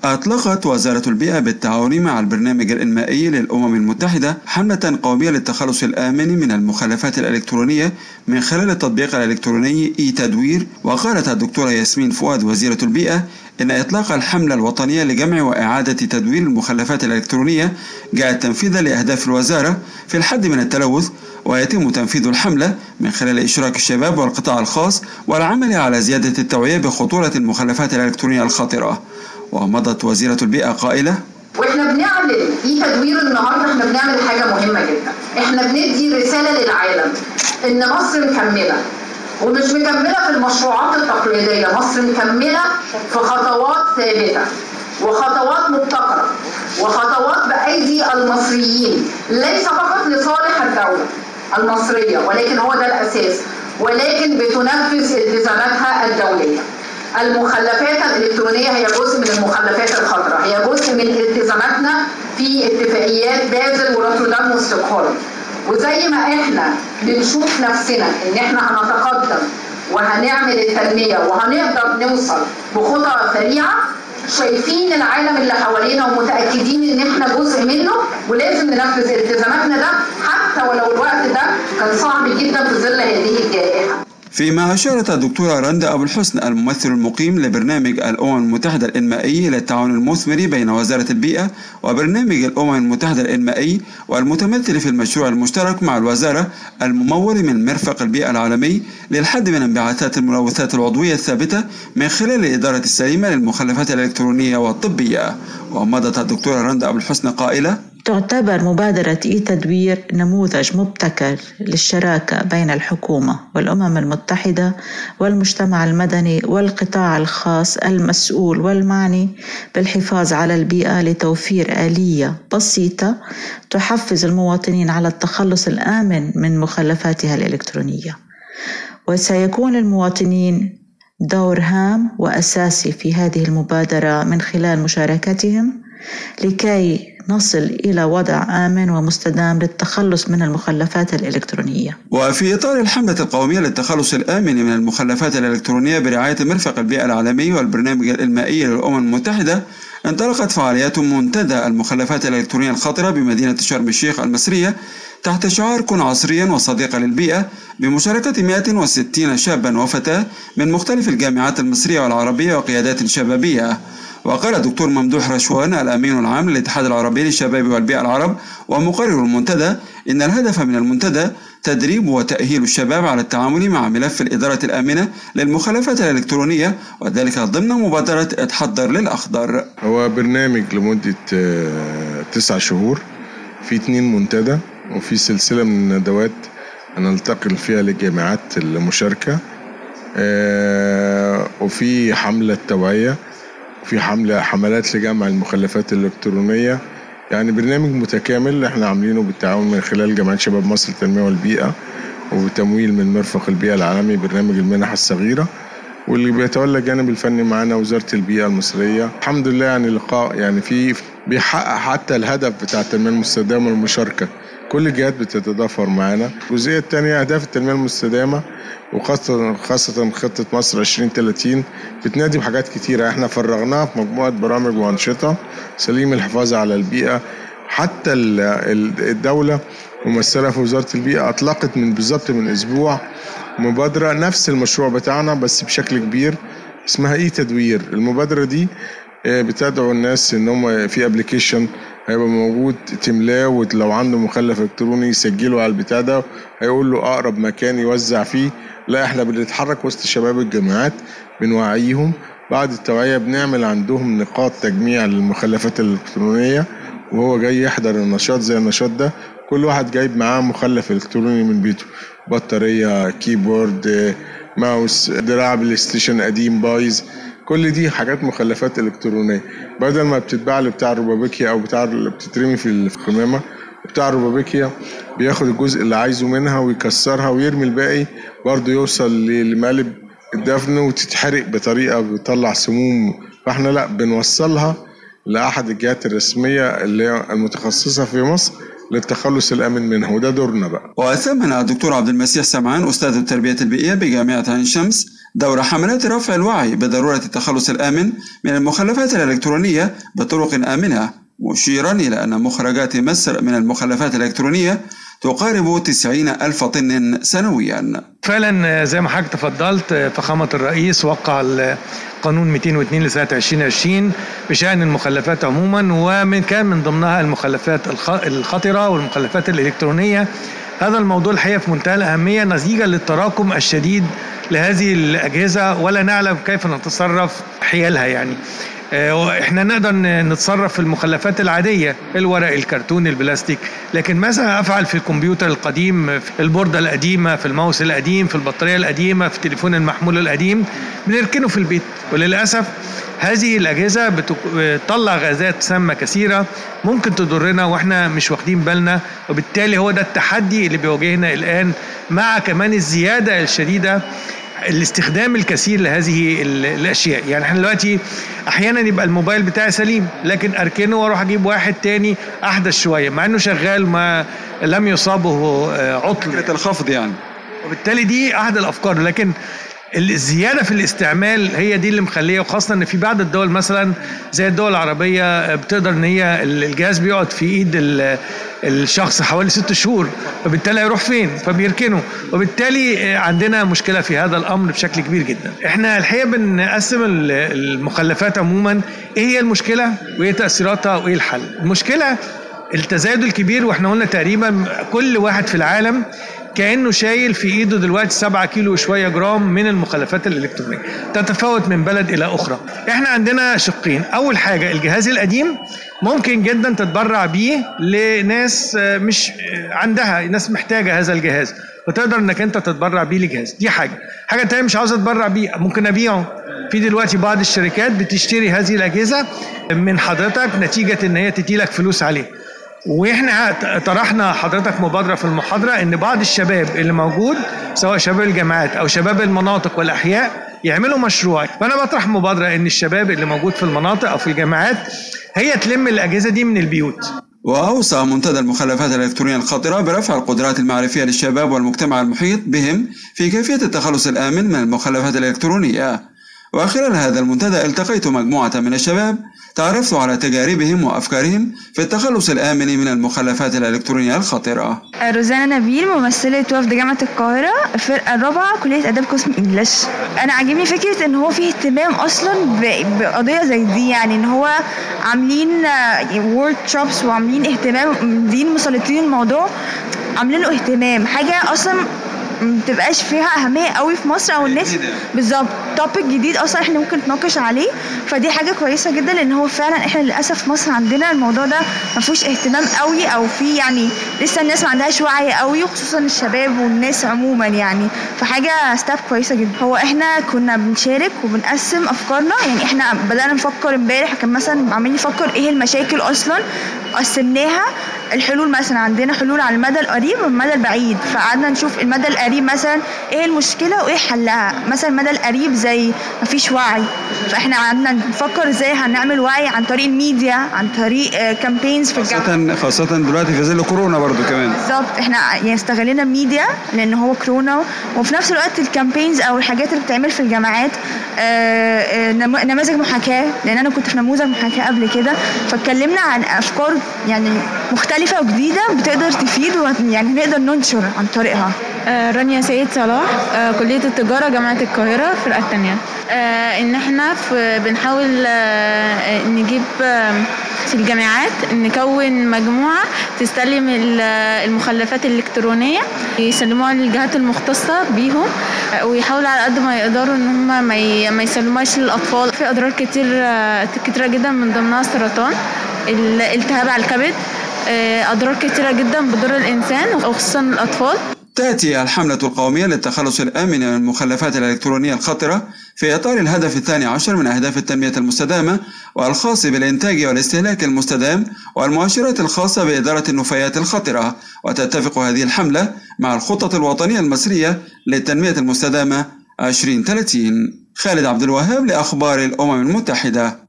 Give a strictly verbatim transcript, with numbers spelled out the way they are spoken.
أطلقت وزارة البيئة بالتعاون مع البرنامج الإنمائي للأمم المتحدة حملة قومية للتخلص الآمن من المخلفات الإلكترونية من خلال التطبيق الإلكتروني إي تدوير. وقالت الدكتورة ياسمين فؤاد وزيرة البيئة إن إطلاق الحملة الوطنية لجمع وإعادة تدوير المخلفات الإلكترونية جاء تنفيذا لأهداف الوزارة في الحد من التلوث، ويتم تنفيذ الحملة من خلال إشراك الشباب والقطاع الخاص والعمل على زيادة التوعية بخطورة المخلفات الإلكترونية الخطرة. ومضت وزيرة البيئة قائلة: واحنا بنعمل ايه تدوير النهارده احنا بنعمل حاجه مهمه جدا، احنا بندي رساله للعالم ان مصر مكمله، ومش مكمله في المشروعات التقليديه، مصر مكمله في خطوات ثابته وخطوات مبتكره وخطوات بايدي المصريين، ليس فقط لصالح الدوله المصريه ولكن هو ده الاساس، ولكن بتنفذ التزاماتها الدوليه. المخلفات الإلكترونية هي جزء من المخلفات الخضراء، هي جزء من التزاماتنا في اتفاقيات بازل وروتردام وستوكهولم. وزي ما احنا بنشوف نفسنا ان احنا هنتقدم وهنعمل التنمية وهنقدر نوصل بخطى سريعة، شايفين العالم اللي حوالينا ومتأكدين ان احنا جزء منه ولازم ننفذ التزاماتنا ده حتى ولو الوقت ده كان صعب جدا في ظل هذه الجائحة. فيما أشارت الدكتورة رندا أبو الحسن الممثل المقيم لبرنامج الأمم المتحدة الإنمائي للتعاون المثمر بين وزارة البيئة وبرنامج الأمم المتحدة الإنمائي والمتمثل في المشروع المشترك مع الوزارة الممول من مرفق البيئة العالمي للحد من انبعاثات الملوثات العضوية الثابتة من خلال الإدارة السليمة للمخلفات الإلكترونية والطبية. ومضت الدكتورة رندا أبو الحسن قائلة: تعتبر مبادرة إي تدوير نموذج مبتكر للشراكة بين الحكومة والأمم المتحدة والمجتمع المدني والقطاع الخاص المسؤول والمعني بالحفاظ على البيئة لتوفير آلية بسيطة تحفز المواطنين على التخلص الآمن من مخلفاتها الإلكترونية. وسيكون المواطنين دور هام وأساسي في هذه المبادرة من خلال مشاركتهم لكي نصل إلى وضع آمن ومستدام للتخلص من المخلفات الإلكترونية. وفي إطار الحملة القومية للتخلص الآمن من المخلفات الإلكترونية برعاية مرفق البيئة العالمي والبرنامج الإنمائي للأمم المتحدة، انطلقت فعاليات منتدى المخلفات الإلكترونية الخطرة بمدينة شرم الشيخ المصرية تحت شعار كن عصريا وصديقا للبيئة، بمشاركة مئة وستين شابا وفتاة من مختلف الجامعات المصرية والعربية وقيادات شبابية. وقال الدكتور ممدوح رشوان الأمين العام للاتحاد العربي للشباب والبيئة العرب ومقرر المنتدى إن الهدف من المنتدى تدريب وتأهيل الشباب على التعامل مع ملف الإدارة الآمنة للمخلفات الإلكترونية، وذلك ضمن مبادرة اتحضر للأخضر. هو برنامج لمدة تسع شهور في اتنين منتدى وفي سلسلة من الندوات هنلتقي فيها للجامعات المشاركة، وفي حملة توعية، في حملة حملات لجمع المخلفات الإلكترونية. يعني برنامج متكامل احنا عاملينه بالتعاون من خلال جمعية شباب مصر للتنمية والبيئة وبتمويل من مرفق البيئة العالمي، برنامج المنح الصغيرة، واللي بيتولى الجانب الفني معنا وزارة البيئة المصرية. الحمد لله يعني لقاء يعني في بيحقق حتى الهدف بتاع التنمية المستدامة والمشاركة، كل الجهات بتتضافر معنا. الجزئية الثانية أهداف التنمية المستدامة وخاصة خاصة خطة مصر عشرين ثلاثين بتنادي بحاجات كتيرة احنا فرغناها في مجموعة برامج وأنشطة سليم الحفاظ على البيئة. حتى الدولة ممثلة في وزارة البيئة أطلقت من بالظبط من أسبوع مبادرة نفس المشروع بتاعنا بس بشكل كبير اسمها إي تدوير. المبادرة دي بتدعو الناس ان هم في ابلكيشن هيبقى موجود تملاه، ولو عنده مخلف الكتروني يسجله على البتاع ده، هيقول له اقرب مكان يوزع فيه. لا احنا بنتحرك وسط شباب الجامعات بنوعيهم، بعد التوعية بنعمل عندهم نقاط تجميع للمخلفات الإلكترونية، وهو جاي يحضر النشاط زي النشاط ده كل واحد جايب معاه مخلف إلكتروني من بيته، بطارية، كيبورد، ماوس، دراع بلاي ستيشن قديم بايظ، كل دي حاجات مخلفات إلكترونية. بدل ما بتتباع لبتاع الروبابيكيا أو بتاع اللي بتترمي في القمامة، بتاع الروبابيكيا بياخد الجزء اللي عايزه منها ويكسرها ويرمي الباقي، برضو يوصل لمقالب الدفن وتتحرق بطريقة بتطلع سموم. فاحنا لا بنوصلها لأحد الجهات الرسمية اللي هي المتخصصة في مصر للتخلص الآمن منها، وده دورنا بقى. وثمن الدكتور عبد المسيح سمعان أستاذ التربية البيئية بجامعة عين شمس دور حملات رفع الوعي بضرورة التخلص الآمن من المخلفات الإلكترونية بطرق آمنة، مشيرا إلى أن مخرجات مصر من المخلفات الإلكترونية تقارب تسعين ألف طن سنويا. فعلا زي ما حضرتك تفضلت، فخامة الرئيس وقع القانون مئتين واثنين لسنة ألفين وعشرين بشأن المخلفات عموما، ومن كان من ضمنها المخلفات الخطرة والمخلفات الإلكترونية. هذا الموضوع الحقيقة في منتهى الأهمية نتيجة للتراكم الشديد لهذه الأجهزة، ولا نعلم كيف نتصرف حيالها. يعني احنا نقدر نتصرف في المخلفات العادية، الورق، الكرتون، البلاستيك، لكن ماذا افعل في الكمبيوتر القديم، في البوردة القديمة، في الماوس القديم، في البطارية القديمة، في التليفون المحمول القديم؟ بنركنه في البيت، وللأسف هذه الأجهزة بتطلع غازات سامة كثيرة ممكن تضرنا واحنا مش واخدين بالنا، وبالتالي هو ده التحدي اللي بيواجهنا الآن، مع كمان الزيادة الشديدة الاستخدام الكثير لهذه الاشياء. يعني احنا دلوقتي احيانا يبقى الموبايل بتاعي سليم، لكن اركنه واروح اجيب واحد تاني احدث شويه مع انه شغال ما لم يصابه عطل، فكره الخفض يعني. وبالتالي دي احد الافكار، لكن الزياده في الاستعمال هي دي اللي مخليه، وخاصه ان في بعض الدول مثلا زي الدول العربيه بتقدر ان هي الجهاز بيقعد في ايد الشخص حوالي ست شهور، وبالتالي هيروح فين؟ فبيركنه، وبالتالي عندنا مشكله في هذا الامر بشكل كبير جدا. احنا الحقيقه بنقسم المخلفات عموما، ايه هي المشكله وايه تاثيراتها وايه الحل. المشكله التزايد الكبير، واحنا قلنا تقريبا كل واحد في العالم كأنه شايل في ايده دلوقتي سبعة كيلو وشوية جرام من المخلفات الإلكترونية، تتفاوت من بلد إلى أخرى. احنا عندنا شقين، أول حاجة الجهاز القديم ممكن جدا تتبرع بيه لناس مش عندها، ناس محتاجة هذا الجهاز، وتقدر انك انت تتبرع بيه لجهاز. دي حاجة. حاجة تانية مش عاوز اتبرع بيه، ممكن ابيعه. في دلوقتي بعض الشركات بتشتري هذه الأجهزة من حضرتك نتيجة ان هي تديلك فلوس عليه. واحنا طرحنا حضرتك مبادرة في المحاضرة ان بعض الشباب اللي موجود سواء شباب الجامعات او شباب المناطق والاحياء يعملوا مشروع. فانا بطرح مبادرة ان الشباب اللي موجود في المناطق او في الجامعات هي تلم الاجهزة دي من البيوت. وأوصى منتدى المخلفات الإلكترونية الخطرة برفع القدرات المعرفية للشباب والمجتمع المحيط بهم في كيفية التخلص الآمن من المخلفات الإلكترونية. وخلال هذا المنتدى التقيت مجموعة من الشباب تعرفت على تجاربهم وأفكارهم في التخلص الآمن من المخلفات الإلكترونية الخطرة. روزانا نبيل، ممثلة وفد جامعة القاهرة، الفرقة الرابعة، كلية آداب قسم إنجليش. أنا عاجبني فكرة إن هو فيه اهتمام أصلا بقضية زي دي، يعني إن هو عاملين وورد شوبس وعاملين اهتمام، مدين مسلطين الموضوع، عاملين له اهتمام، حاجة أصلا متبقاش فيها أهمية قوي في مصر أو الناس بالظبط، توبيك جديد أصلا إحنا ممكن نتناقش عليه. فدي حاجة كويسة جدا، لأن هو فعلا إحنا للأسف في مصر عندنا الموضوع ده مفيهوش اهتمام قوي، أو في يعني لسه الناس ما عندهاش وعي قوي، وخصوصا الشباب والناس عموما يعني. فحاجة ستاب كويسة جدا. هو إحنا كنا بنشارك وبنقسم أفكارنا، يعني إحنا بدأنا نفكر امبارح، كان مثلا عمالين نفكر إيه المشاكل أصلا، قسمناها الحلول. مثلا عندنا حلول على المدى القريب والمدى البعيد، فقعدنا نشوف المدى القريب مثلا ايه المشكله وايه حلها. مثلا المدى القريب زي مفيش وعي، فاحنا قعدنا نفكر ازاي هنعمل وعي عن طريق الميديا، عن طريق كامبينز في الجامعه، خاصه خاصه دلوقتي في ظل كورونا برضو كمان. بالظبط، احنا يعني استغلينا الميديا لان هو كورونا، وفي نفس الوقت الكامبينز او الحاجات اللي بتتعمل في الجامعات، نماذج محاكاه، لان انا كنت في نموذج محاكاه قبل كده، فاتكلمنا عن افكار يعني مختلفه وجديده بتقدر تفيد، ويعني نقدر ننشر عن طريقها. رانيا سيد صلاح، كلية التجارة، جامعة القاهرة، الفرقة الثانية. ان احنا بنحاول نجيب في الجامعات نكون مجموعة تستلم المخلفات الإلكترونية، يسلموها للجهات المختصة بيهم، ويحاولوا على قد ما يقدروا ان هم ما يسلموهاش للأطفال. في أضرار كتير كتيرة جدا، من ضمنها السرطان، الالتهاب على الكبد، أضرار كتيرة جدا بضر الإنسان وخصوصا الأطفال. تأتي الحملة القومية للتخلص الآمن من المخلفات الإلكترونية الخطرة في إطار الهدف الثاني عشر من أهداف التنمية المستدامة، والخاص بالإنتاج والاستهلاك المستدام والمؤشرات الخاصة بإدارة النفايات الخطرة. وتتفق هذه الحملة مع الخطة الوطنية المصرية للتنمية المستدامة عشرين ثلاثين. خالد عبد الوهاب لأخبار الأمم المتحدة.